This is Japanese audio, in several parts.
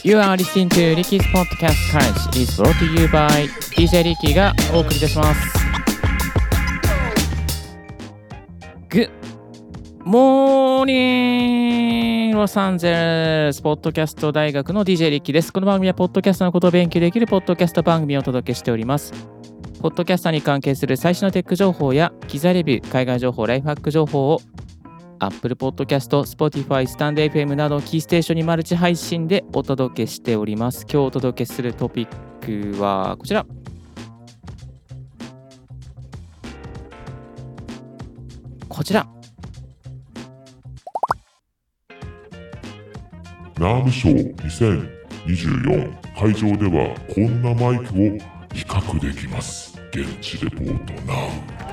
You are listening to Ricky's Podcast Courage is brought to you by DJ Ricky がお送りいたします。Good morning! ロサンゼルスポッドキャスト大学の DJ リッキーです。この番組はポッドキャストのことを勉強できるポッドキャスト番組をお届けしております。ポッドキャスターに関係する最新のテック情報や機材レビュー、海外情報、ライフハック情報をApple Podcast、Spotify、StandFM などキーステーションにマルチ配信でお届けしております。今日お届けするトピックはこちら。 ナームショー2024会場ではこんなマイクを比較できます。現地レポート NOW。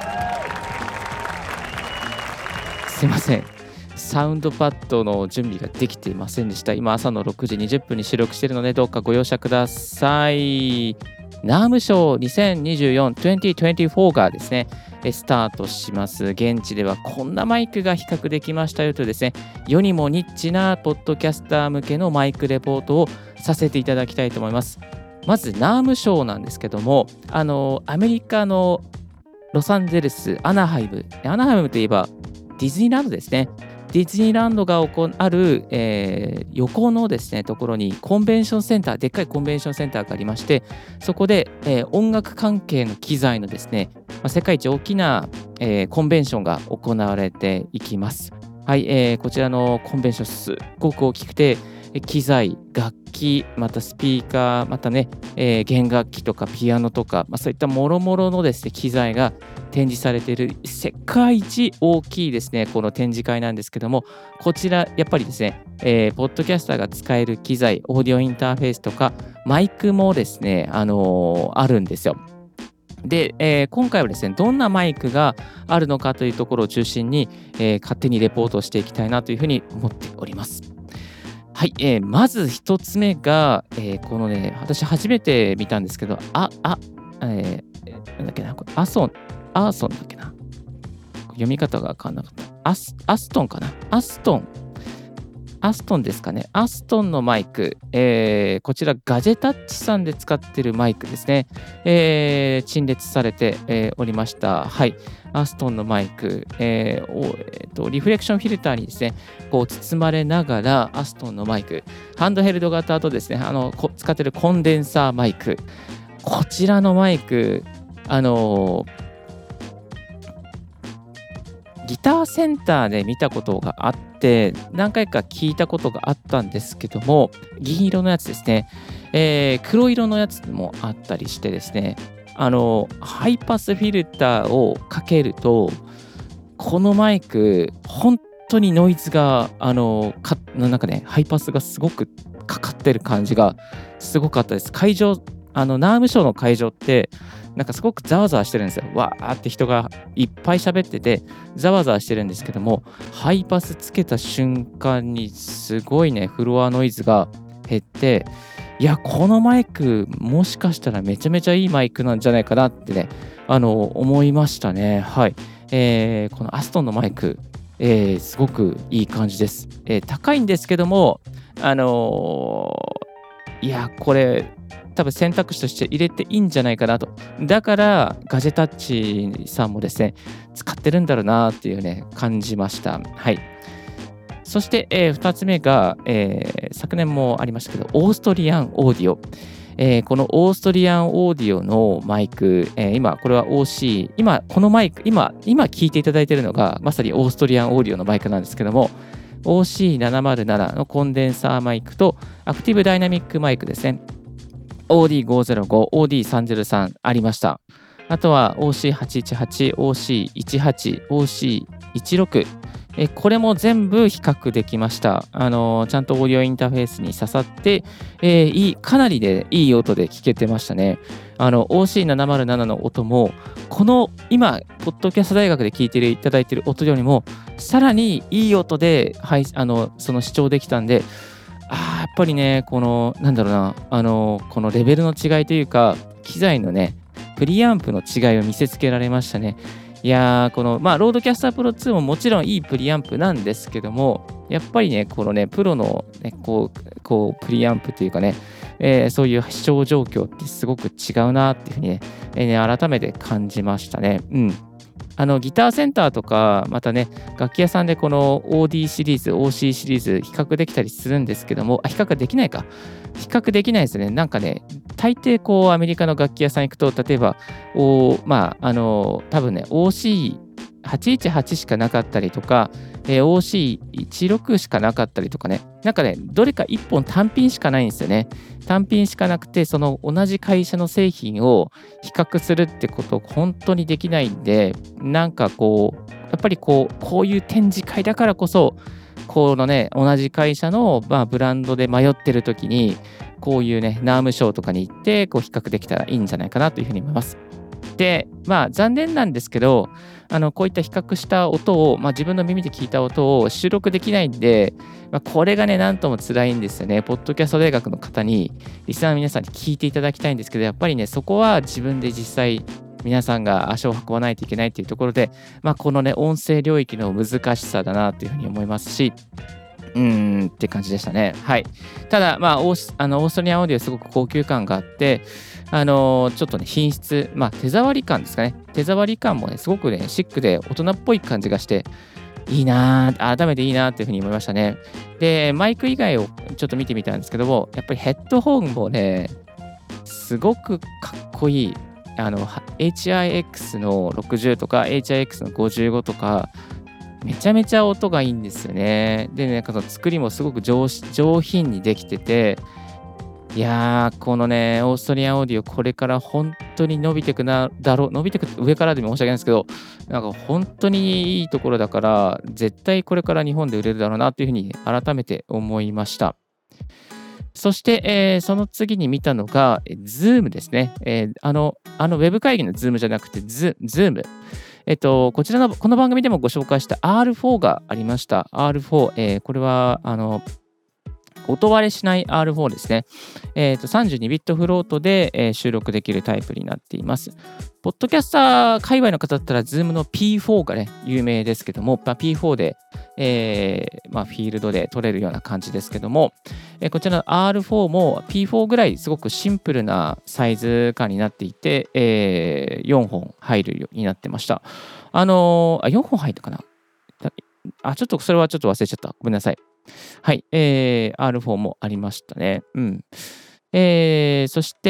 すいません、サウンドパッドの準備ができていませんでした。今朝の6時20分に収録しているのでどうかご容赦ください。ナームショー2024がですねスタートします。現地ではこんなマイクが比較できましたよとですね、世にもニッチなポッドキャスター向けのマイクレポートをさせていただきたいと思います。まずナームショーなんですけども、アメリカのロサンゼルスアナハイムといえばディズニーランドですね。ディズニーランドがある、横のですねところにコンベンションセンター、でっかいコンベンションセンターがありまして、そこで、音楽関係の機材のですね、世界一大きな、コンベンションが行われていきます。はい、こちらのコンベンションすっごく大きくて、機材、楽器、またスピーカー、またね、弦楽器とかピアノとか、そういったもろもろのですね機材が展示されている世界一大きいですねこの展示会なんですけども、こちらやっぱりですね、ポッドキャスターが使える機材、オーディオインターフェースとかマイクもですね、あるんですよ。で、今回はですねどんなマイクがあるのかというところを中心に、勝手にレポートしていきたいなというふうに思っております。はい、まず一つ目が、このね私初めて見たんですけど、なんだっけな、これアーソンだっけな、読み方が分かんなかった。アストンかな、アストンですかね。アストンのマイク、こちらガジェタッチさんで使っているマイクですね、陳列されて、おりました。はい、アストンのマイク、リフレクションフィルターにですねこう包まれながら、アストンのマイク、ハンドヘルド型とですね使っているコンデンサーマイク、こちらのマイクギターセンターで見たことがあって何回か聞いたことがあったんですけども、銀色のやつですね、黒色のやつもあったりしてですね、ハイパスフィルターをかけるとこのマイク本当にノイズがなんかねハイパスがすごくかかってる感じがすごかったです。会場ナームショーの会場ってなんかすごくざわざわしてるんですよ。わーって人がいっぱい喋っててざわざわしてるんですけども、ハイパスつけた瞬間にすごいねフロアノイズが減って、いやこのマイクもしかしたらめちゃめちゃいいマイクなんじゃないかなってね思いましたね。はい、このアストンのマイク、すごくいい感じです。高いんですけどもいやこれ多分選択肢として入れていいんじゃないかなと。だからガジェタッチさんもですね使ってるんだろうなっていうね感じました。はい。そして、2つ目が、昨年もありましたけどオーストリアンオーディオ、このオーストリアンオーディオのマイク、今これは OC、 このマイク今聞いていただいているのがまさにオーストリアンオーディオのマイクなんですけども、 OC707 のコンデンサーマイクとアクティブダイナミックマイクですね、OD505、OD303 ありました。あとは OC818、OC18、OC16、これも全部比較できました。ちゃんとオーディオインターフェースに刺さって、かなりでいい音で聞けてましたね。OC707 の音もこの今ポッドキャスト大学で聞いていただいている音よりもさらにいい音で、はい、その視聴できたんで、やっぱりねこのなんだろうなこのレベルの違いというか機材のねプリアンプの違いを見せつけられましたね。 いやー、この、ロードキャスタープロ2ももちろんいいプリアンプなんですけども、やっぱりね、このね、プロの、ね、こうプリアンプというかね、そういう視聴状況ってすごく違うなっていうふうにね、改めて感じましたね。ギターセンターとか、またね、楽器屋さんでこの OD シリーズ、OC シリーズ、比較できたりするんですけども、比較できないか。比較できないですね。なんかね、大抵こう、アメリカの楽器屋さん行くと、例えば、多分ね、OC818 しかなかったりとか、OC16 しかなかったりとかね、なんかね、どれか1本単品しかないんですよね。単品しかなくて、その同じ会社の製品を比較するってこと、本当にできないんで、なんかこう、やっぱりこういう展示会だからこそ、このね、同じ会社の、ブランドで迷ってる時に、こういうね、ナームショーとかに行って、こう比較できたらいいんじゃないかなというふうに思います。で、残念なんですけど、こういった比較した音を、自分の耳で聞いた音を収録できないんで、これがね、なんとも辛いんですよね。ポッドキャスト大学の方に、リスナーの皆さんに聞いていただきたいんですけど、やっぱりね、そこは自分で実際、皆さんが足を運ばないといけないというところで、このね、音声領域の難しさだなというふうに思いますし、って感じでしたね。はい。ただ、オーストリアンオーディオすごく高級感があって、ちょっとね、品質、手触り感ですかね。手触り感もね、すごくね、シックで大人っぽい感じがして、いいなぁ、改めていいなっていうふうに思いましたね。で、マイク以外をちょっと見てみたんですけども、やっぱりヘッドホンもね、すごくかっこいい。HIX の60とか、HIX の55とか、めちゃめちゃ音がいいんですよね。でね、作りもすごく上品にできてて、いやー、このね、オーストリアンオーディオ、これから本当に伸びてく上からでも申し訳ないんですけど、なんか本当にいいところだから、絶対これから日本で売れるだろうなというふうに改めて思いました。そして、その次に見たのが、Zoom ですね。ウェブ会議の Zoom じゃなくて、Zoom。こちらの、この番組でもご紹介した R4 がありました。R4、これは、音割れしない R4 ですね。32ビットフロートで、収録できるタイプになっています。ポッドキャスター界隈の方だったら Zoom の P4 がね、有名ですけども、P4 で、フィールドで撮れるような感じですけども、こちらの R4 も P4 ぐらいすごくシンプルなサイズ感になっていて、4本入るようになってました。4本入るかな？ちょっとそれはちょっと忘れちゃった。ごめんなさい。はい、R4 もありましたね。そして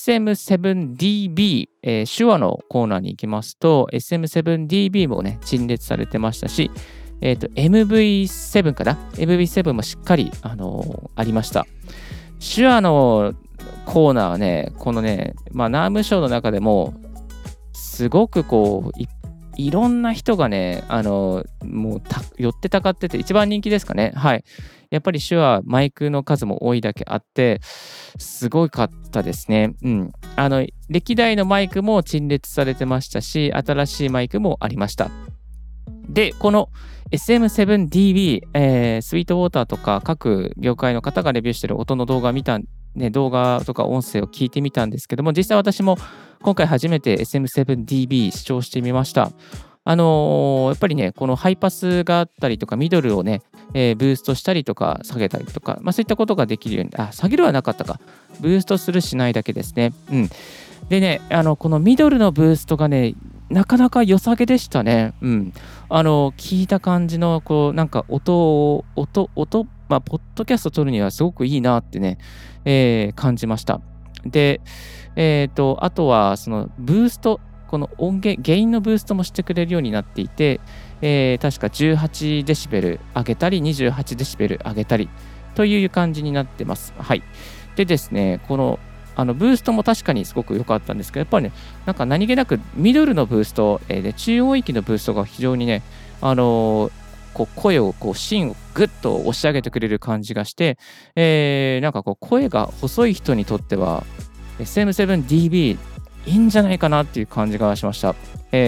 SM7DB、手話のコーナーに行きますと、SM7DB もね、陳列されてましたし、MV7 かな ?MV7 もしっかり、ありました。手話のコーナーはね、このね、ナームショーの中でも、すごくこう、いろんな人がね、もう寄ってたかってて、一番人気ですかね。はい。やっぱり手話、マイクの数も多いだけあって、すごかったですね。歴代のマイクも陳列されてましたし、新しいマイクもありました。で、この SM7DB、スイートウォーターとか各業界の方がレビューしてる音の動画動画とか音声を聞いてみたんですけども、実際私も今回初めて SM7DB 視聴してみました。やっぱりね、このハイパスがあったりとか、ミドルをね、ブーストしたりとか、下げたりとか、そういったことができるように、下げるはなかったか。ブーストするしないだけですね。でね、このミドルのブーストがね、なかなか良さげでしたね。聞いた感じの、なんか音、ポッドキャスト撮るにはすごくいいなってね、感じました。で、あとは、そのブースト、この音源、ゲインのブーストもしてくれるようになっていて、確か18デシベル上げたり、28デシベル上げたりという感じになってます。はい。でですね、この、ブーストも確かにすごく良かったんですけど、やっぱりね、なんか何気なくミドルのブースト、で中音域のブーストが非常にね、声を、芯をグッと押し上げてくれる感じがして、なんか声が細い人にとっては、SM7DB いいんじゃないかなっていう感じがしました。こ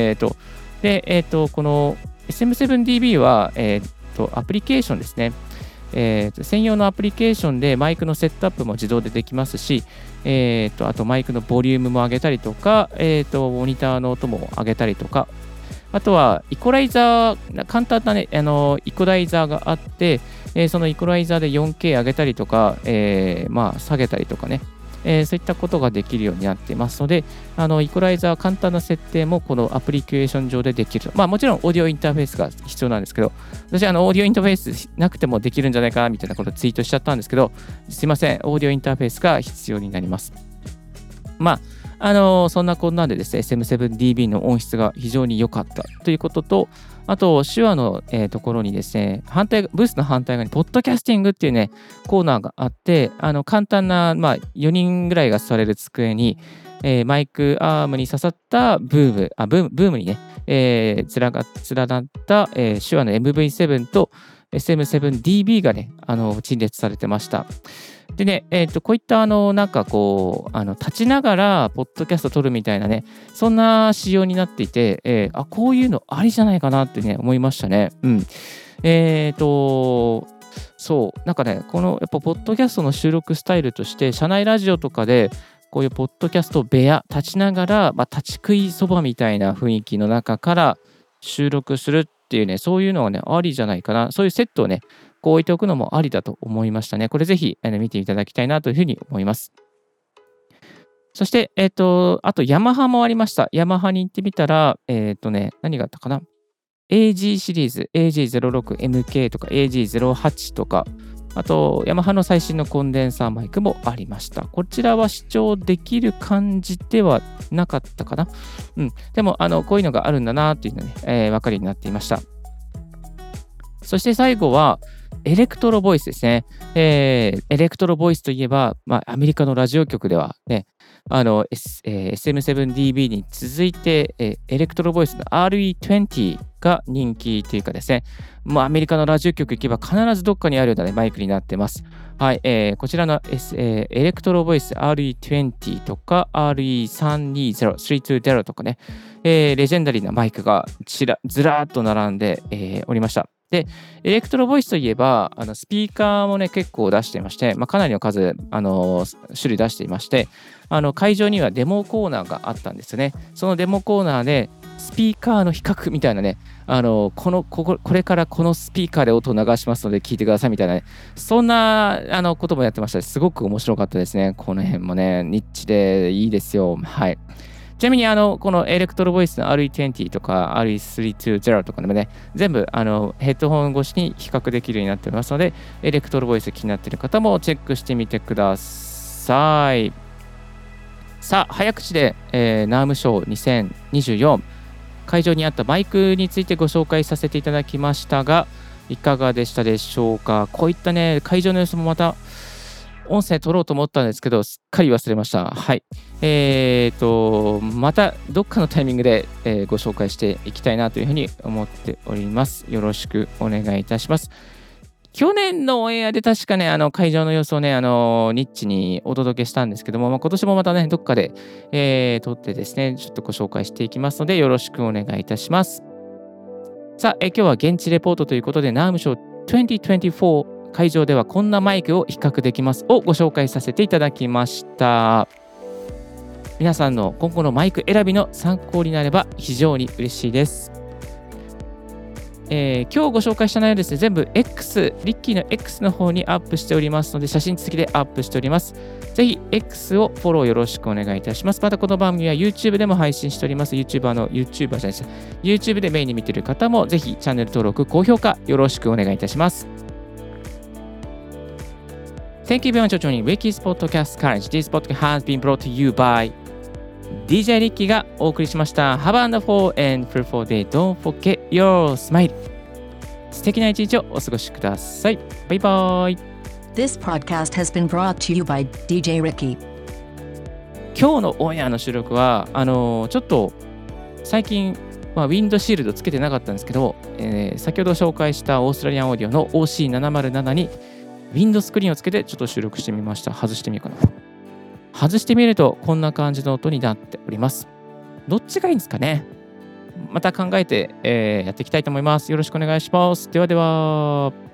の SM7DB は、アプリケーションですね。専用のアプリケーションでマイクのセットアップも自動でできますし、あとマイクのボリュームも上げたりとか、モニターの音も上げたりとか、 あとはイコライザー、簡単なね、イコライザーがあって、そのイコライザーで 4K 上げたりとか、下げたりとかね、そういったことができるようになっていますので、イコライザー簡単な設定もこのアプリケーション上でできると。もちろんオーディオインターフェースが必要なんですけど、私オーディオインターフェースなくてもできるんじゃないかなみたいなことをツイートしちゃったんですけど、すいません、オーディオインターフェースが必要になります。そんなこんなんでですね、SM7DB の音質が非常に良かったということと、あと、手話の、ところにですね、ブースの反対側に、ポッドキャスティングっていうね、コーナーがあって、簡単な、4人ぐらいが座れる机に、マイクアームに刺さったブームにね、連なった、手話の MV7 と SM7DB がね、陳列されてました。でね、こういった立ちながら、ポッドキャスト撮るみたいなね、そんな仕様になっていて、こういうのありじゃないかなってね、思いましたね。うん。そう、なんかね、このやっぱポッドキャストの収録スタイルとして、社内ラジオとかで、こういうポッドキャスト部屋、立ちながら、立ち食いそばみたいな雰囲気の中から収録するっていうね、そういうのはね、ありじゃないかな。そういうセットをね、こう置いておくのもありだと思いましたね。これぜひ見ていただきたいなというふうに思います。そして、あとヤマハもありました。ヤマハに行ってみたら、何があったかな ?AG シリーズ、AG06MK とか AG08 とか、あと、ヤマハの最新のコンデンサーマイクもありました。こちらは視聴できる感じではなかったかな。うん。でも、こういうのがあるんだなっていうのね、分かりになっていました。そして最後は、エレクトロボイスですね。エレクトロボイスといえば、アメリカのラジオ局ではね、SM7DB に続いて、エレクトロボイスの RE20 が人気というかですね、アメリカのラジオ局行けば必ずどっかにあるような、ね、マイクになってます。はい、こちらの、エレクトロボイス RE20 とか RE320、320とかね、レジェンダリーなマイクがずらーっと並んで、おりました。で、エレクトロボイスといえば、スピーカーもね、結構出していまして、かなりの数、種類出していまして、会場にはデモコーナーがあったんですね。そのデモコーナーで、スピーカーの比較みたいなね、これからこのスピーカーで音を流しますので聞いてくださいみたいなね、そんなこともやってました。すごく面白かったですね。この辺もね、ニッチでいいですよ。はい。ちなみにこのエレクトロボイスの RE20 とか RE320 とかでもね、全部ヘッドホン越しに比較できるようになっておりますので、エレクトロボイス気になっている方もチェックしてみてください。さあ、早口で、ナームショー2024会場にあったマイクについてご紹介させていただきましたが、いかがでしたでしょうか。こういったね、会場の様子もまた音声取ろうと思ったんですけど、すっかり忘れました。はい。またどっかのタイミングで、ご紹介していきたいなというふうに思っております。よろしくお願いいたします。去年のオンエアで確かね、会場の様子をね、ニッチにお届けしたんですけども、今年もまたね、どっかで、撮ってですね、ちょっとご紹介していきますので、よろしくお願いいたします。さあ、今日は現地レポートということで、ナームショー2024会場ではこんなマイクを比較できますをご紹介させていただきました。皆さんの今後のマイク選びの参考になれば非常に嬉しいです。今日ご紹介した内容ですね、全部 X、リッキーの X の方にアップしておりますので、写真付きでアップしております。ぜひ X をフォローよろしくお願いいたします。またこの番組は YouTube でも配信しております。YouTuber じゃないです。YouTube でメインに見ている方もぜひチャンネル登録、高評価よろしくお願いいたします。Thank you very much for joining Ricky's Podcast College. This podcast has been brought to you by DJ リッキーがお送りしました。Have a wonderful and fruitful day. Don't forget your smile. 素敵な一日をお過ごしください。バイバイ。 This podcast has been brought to you by DJ Ricky. 今日のオンエアの収録は、ちょっと最近、ウィンドシールドつけてなかったんですけど、先ほど紹介したオーストラリアンオーディオの OC707 にウィンドスクリーンをつけてちょっと収録してみました。外してみようかな。外してみるとこんな感じの音になっております。どっちがいいんですかね。また考えて、やっていきたいと思います。よろしくお願いします。ではでは。